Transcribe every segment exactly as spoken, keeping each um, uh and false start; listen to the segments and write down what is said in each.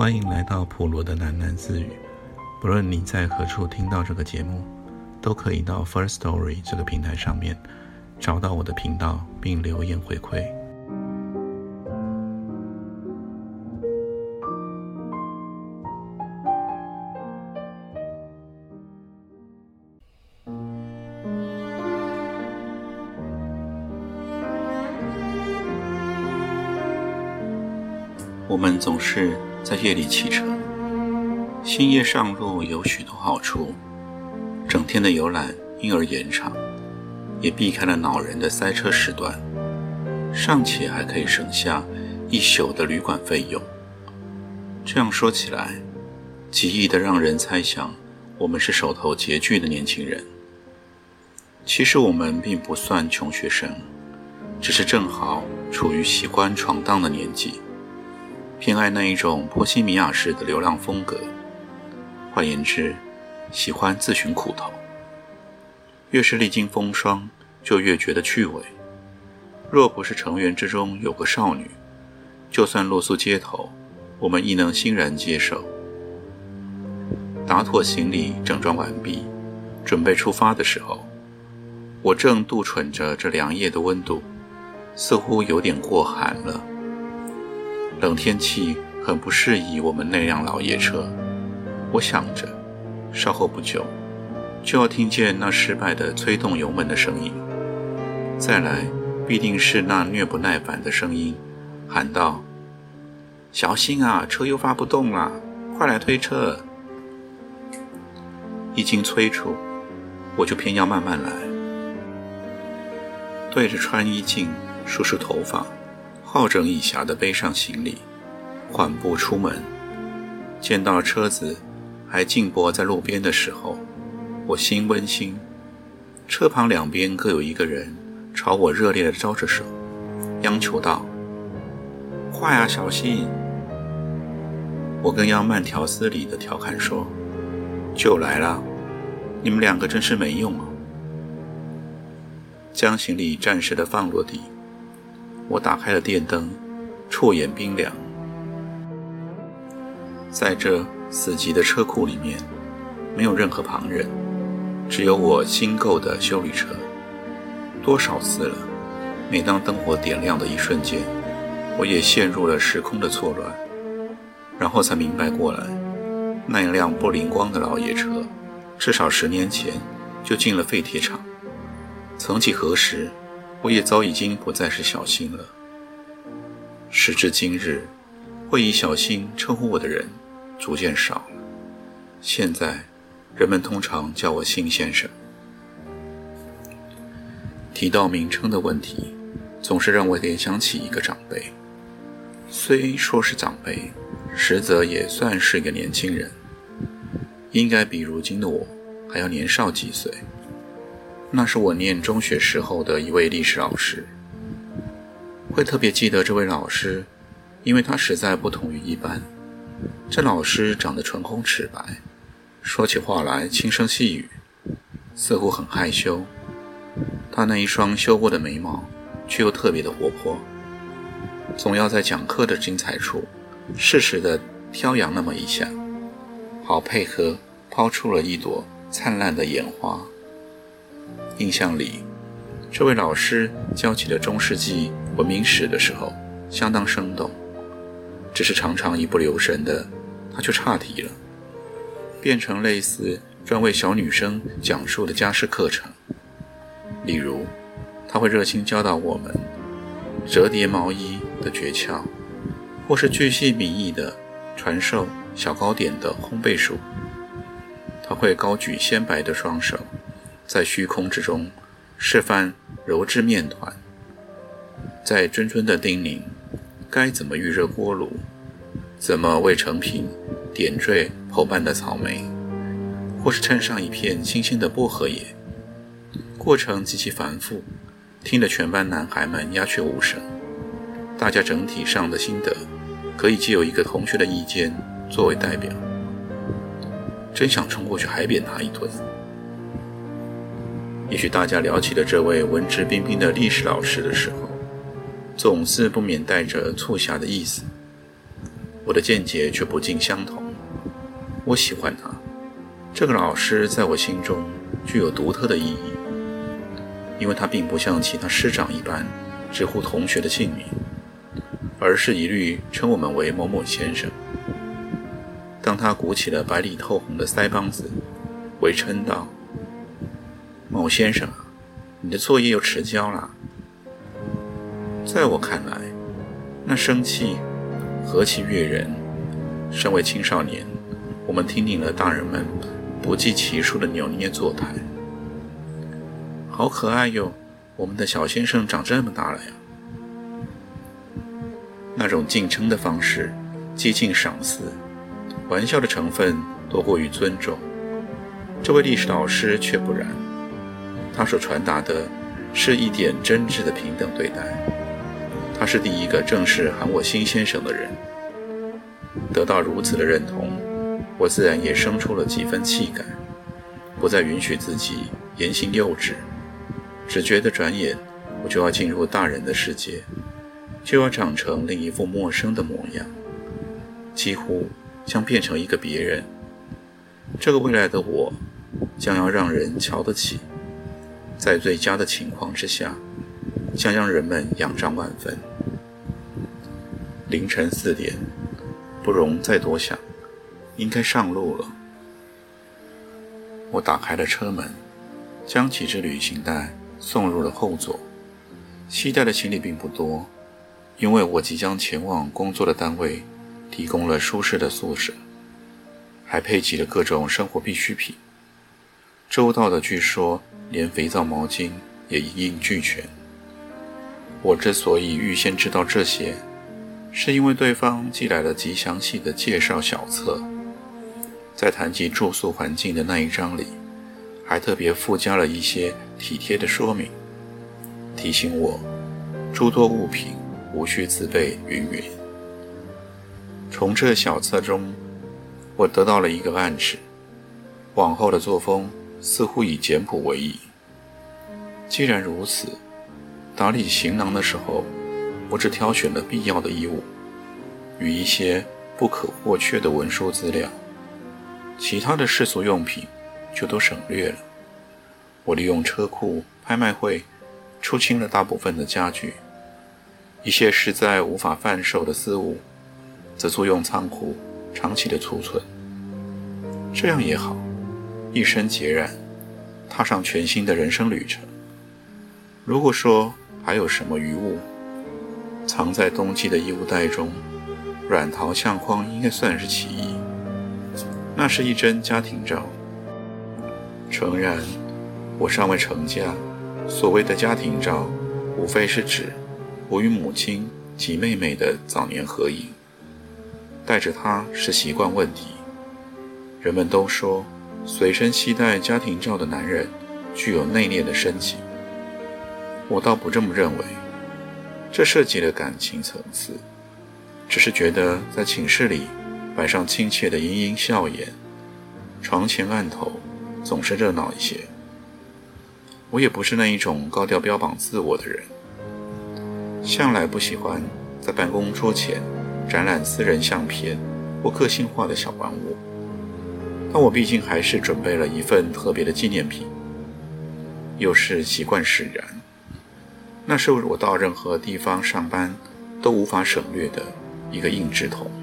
欢迎来到普罗的喃喃自语。不论你在何处听到这个节目，都可以到 First Story 这个平台上面找到我的频道并留言回馈。我们总是在夜里启程，星夜上路有许多好处，整天的游览因而延长，也避开了恼人的塞车时段，尚且还可以省下一宿的旅馆费用。这样说起来，极易的让人猜想我们是手头拮据的年轻人。其实我们并不算穷学生，只是正好处于喜欢闯荡的年纪，偏爱那一种波西米亚式的流浪风格，换言之，喜欢自寻苦头。越是历经风霜，就越觉得趣味。若不是成员之中有个少女，就算露宿街头，我们亦能欣然接受。打妥行李，整装完毕，准备出发的时候，我正度忖着这凉夜的温度，似乎有点过寒了。冷天气很不适宜我们那辆老爷车，我想着，稍后不久就要听见那失败的催动油门的声音，再来必定是那虐不耐烦的声音，喊道：“小心啊，车又发不动啦，快来推车！”一经催促，我就偏要慢慢来，对着穿衣镜梳梳头发，好整以暇地背上行李，缓步出门。见到车子还静泊在路边的时候，我心温馨。车旁两边各有一个人朝我热烈地招着手，央求道：“快啊，小心！”我更要慢条斯理地调侃说：“就来了，你们两个真是没用啊！”将行李暂时地放落地，我打开了电灯，触眼冰凉。在这死寂的车库里面，没有任何旁人，只有我新购的休旅车。多少次了，每当灯火点亮的一瞬间，我也陷入了时空的错乱，然后才明白过来，那一辆不灵光的老爷车，至少十年前就进了废铁厂。曾几何时，我也早已经不再是小新了。时至今日，会以小新称呼我的人逐渐少了，现在人们通常叫我辛先生。提到名称的问题，总是让我联想起一个长辈，虽说是长辈，实则也算是一个年轻人，应该比如今的我还要年少几岁。那是我念中学时候的一位历史老师。会特别记得这位老师，因为他实在不同于一般。这老师长得唇红齿白，说起话来轻声细语，似乎很害羞。他那一双修过的眉毛却又特别的活泼，总要在讲课的精彩处适时地飘扬那么一下，好配合抛出了一朵灿烂的眼花。印象里，这位老师教起了中世纪文明史的时候相当生动，只是常常一不留神的他就岔题了，变成类似专为小女生讲述的家事课程。例如，他会热心教导我们折叠毛衣的诀窍，或是巨细靡遗的传授小糕点的烘焙术。他会高举鲜白的双手，在虚空之中示范揉制面团，在谆谆地叮咛该怎么预热锅炉，怎么为成品点缀剖半的草莓，或是衬上一片新鲜的薄荷叶。过程极其繁复，听得全班男孩们鸦雀无声。大家整体上的心得可以借由一个同学的意见作为代表，真想冲过去海扁他一顿。也许大家聊起了这位文质彬彬的历史老师的时候，总是不免带着促狭的意思。 我的见解却不尽相同。我喜欢他，这个老师在我心中具有独特的意义，因为他并不像其他师长一般直呼同学的姓名，而是一律称我们为某某先生。当他鼓起了白里透红的腮帮子，微嗔道：“某先生啊，你的作业又迟交了。”在我看来，那生气何其悦人！身为青少年，我们听听了大人们不计其数的扭捏作态。好可爱哟，我们的小先生长这么大了呀！那种敬称的方式激进赏识，玩笑的成分多过于尊重。这位历史老师却不然，他所传达的是一点真挚的平等对待。他是第一个正式喊我辛先生的人。得到如此的认同，我自然也生出了几分气概，不再允许自己言行幼稚，只觉得转眼我就要进入大人的世界，就要长成另一副陌生的模样，几乎将变成一个别人。这个未来的我将要让人瞧得起，在最佳的情况之下，将让人们仰仗万分。凌晨四点，不容再多想，应该上路了。我打开了车门，将几只旅行袋送入了后座。携带的行李并不多，因为我即将前往工作的单位提供了舒适的宿舍，还配给了各种生活必需品。周到的据说连肥皂毛巾也一应俱全。我之所以预先知道这些，是因为对方寄来了极详细的介绍小册，在谈及住宿环境的那一章里，还特别附加了一些体贴的说明，提醒我诸多物品无需自备云云。从这小册中，我得到了一个暗示，往后的作风似乎以简朴为宜。既然如此，打理行囊的时候，我只挑选了必要的衣物与一些不可或缺的文书资料，其他的世俗用品就都省略了。我利用车库、拍卖会出清了大部分的家具，一些实在无法贩售的私物则租用仓库长期的储存。这样也好，一身孑然，踏上全新的人生旅程。如果说还有什么余物藏在冬季的衣物袋中，软陶相框应该算是其一。那是一张家庭照。诚然，我尚未成家，所谓的家庭照无非是指我与母亲及妹妹的早年合影，带着它是习惯问题。人们都说随身携带家庭照的男人具有内敛的深情，我倒不这么认为。这涉及了感情层次，只是觉得在寝室里摆上亲切的盈盈笑颜，床前案头总是热闹一些。我也不是那一种高调标榜自我的人，向来不喜欢在办公桌前展览私人相片或个性化的小玩物，但我毕竟还是准备了一份特别的纪念品，又是习惯使然。那是我到任何地方上班都无法省略的一个硬质筒，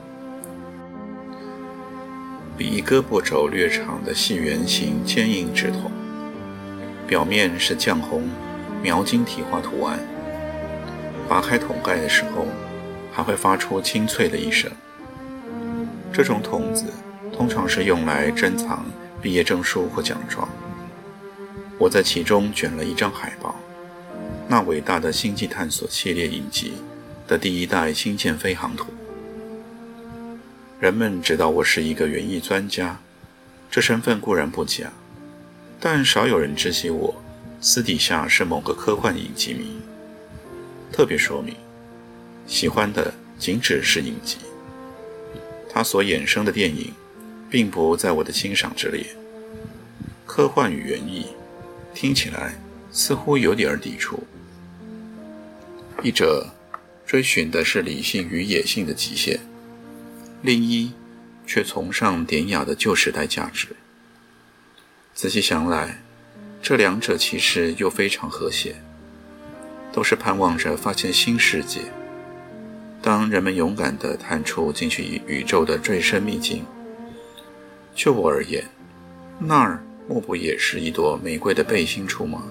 比一胳膊肘略长的细圆形坚硬质筒，表面是绛红描金体画图案，拔开筒盖的时候还会发出清脆的一声。这种筒子通常是用来珍藏毕业证书或奖状。我在其中卷了一张海报，那伟大的星际探索系列影集的第一代星舰飞航图。人们知道我是一个园艺专家，这身份固然不假，但少有人知悉我私底下是某个科幻影集迷。特别说明，喜欢的仅只是影集，它所衍生的电影并不在我的欣赏之列。科幻与园艺听起来似乎有点抵触，一者追寻的是理性与野性的极限， 另一却崇尚典雅的旧时代价值。仔细想来，这两者其实又非常和谐，都是盼望着发现新世界。当人们勇敢地探出进去宇宙的最深秘境，就我而言，那儿莫不也是一朵玫瑰的背心处吗？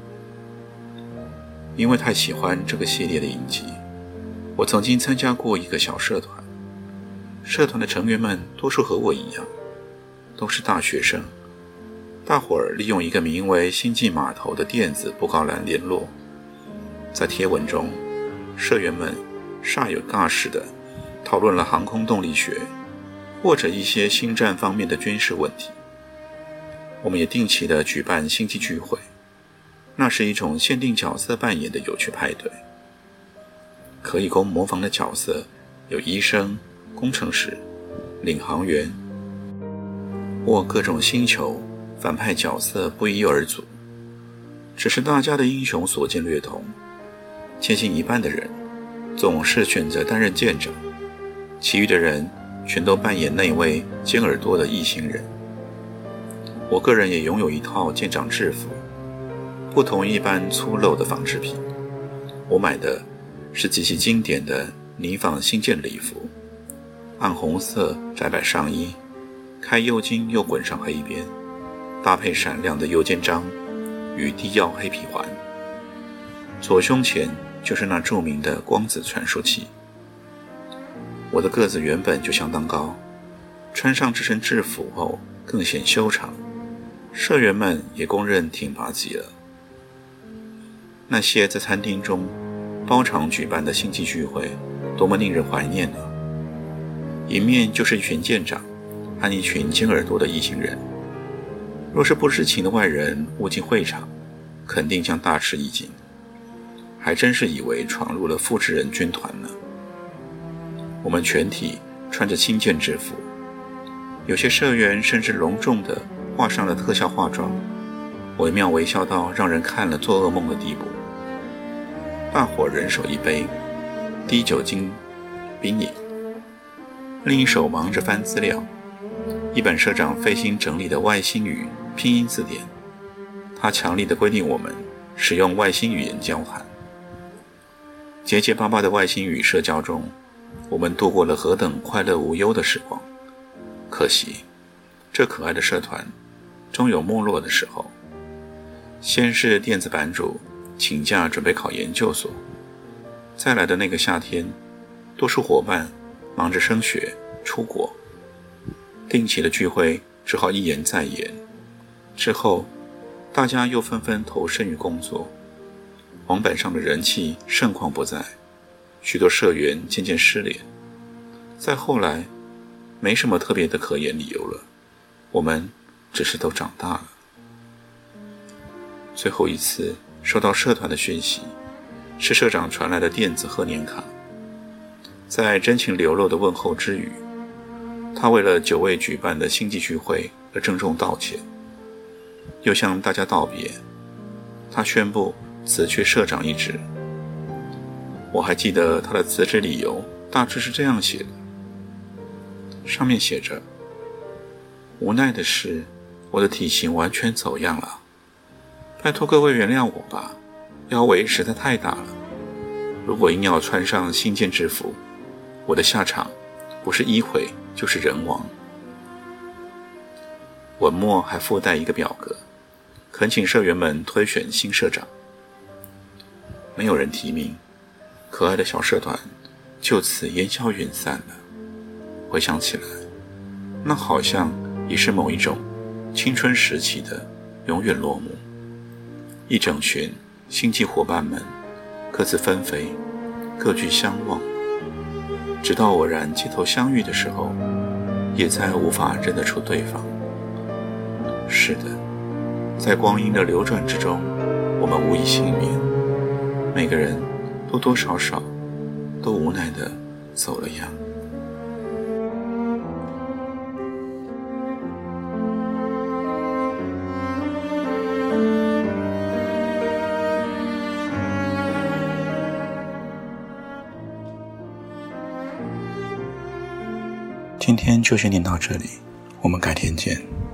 因为太喜欢这个系列的影集，我曾经参加过一个小社团，社团的成员们多数和我一样，都是大学生。大伙儿利用一个名为星际码头的电子布告栏联络，在贴文中，社员们煞有尬事地讨论了航空动力学或者一些星战方面的军事问题。我们也定期地举办星际聚会，那是一种限定角色扮演的有趣派对。可以供模仿的角色有医生、工程师、领航员或各种星球反派角色不一而足，只是大家的英雄所见略同。接近一半的人总是选择担任舰长，其余的人全都扮演那位尖耳朵的异星人。我个人也拥有一套舰长制服，不同一般粗陋的纺织品，我买的是极其经典的呢纺星舰礼服，暗红色窄摆上衣，开右襟又滚上黑边，搭配闪亮的右肩章与低腰黑皮环，左胸前就是那著名的光子传输器。我的个子原本就相当高，穿上这身制服后更显修长，社员们也公认挺拔极了。那些在餐厅中包场举办的星际聚会多么令人怀念啊！迎面就是一群舰长和一群尖耳朵的异星人，若是不知情的外人误进会场，肯定将大吃一惊，还真是以为闯入了复制人军团呢。我们全体穿着星舰制服，有些社员甚至隆重地画上了特效化妆，惟妙惟肖到让人看了做噩梦的地步。大伙人手一杯低酒精冰饮，另一手忙着翻资料，一本社长费心整理的外星语拼音字典，他强力地规定我们使用外星语言交谈。结结巴巴的外星语社交中，我们度过了何等快乐无忧的时光。可惜这可爱的社团终有没落的时候。先是电子版主请假准备考研究所，再来的那个夏天，多数伙伴忙着升学出国，定期的聚会只好一延再延。之后大家又纷纷投身于工作，网本上的人气盛况不再，许多社员渐渐失联。再后来没什么特别的可言理由了，我们只是都长大了。最后一次收到社团的讯息，是社长传来的电子贺年卡。在真情流露的问候之余，他为了久未举办的星际聚会而郑重道歉，又向大家道别。他宣布辞去社长一职。我还记得他的辞职理由大致是这样写的，上面写着：无奈的是，我的体型完全走样了，拜托各位原谅我吧，腰围实在太大了。如果硬要穿上星舰制服，我的下场不是一毁就是人亡。文末还附带一个表格，恳请社员们推选新社长。没有人提名，可爱的小社团就此烟消云散了。回想起来，那好像也是某一种青春时期的永远落幕。一整群星际伙伴们各自纷飞，各具相望，直到偶然街头相遇的时候，也再无法认得出对方。是的，在光阴的流转之中，我们无一幸免，每个人多多少少都无奈地走了样。 今天就先念到这里，我们改天见。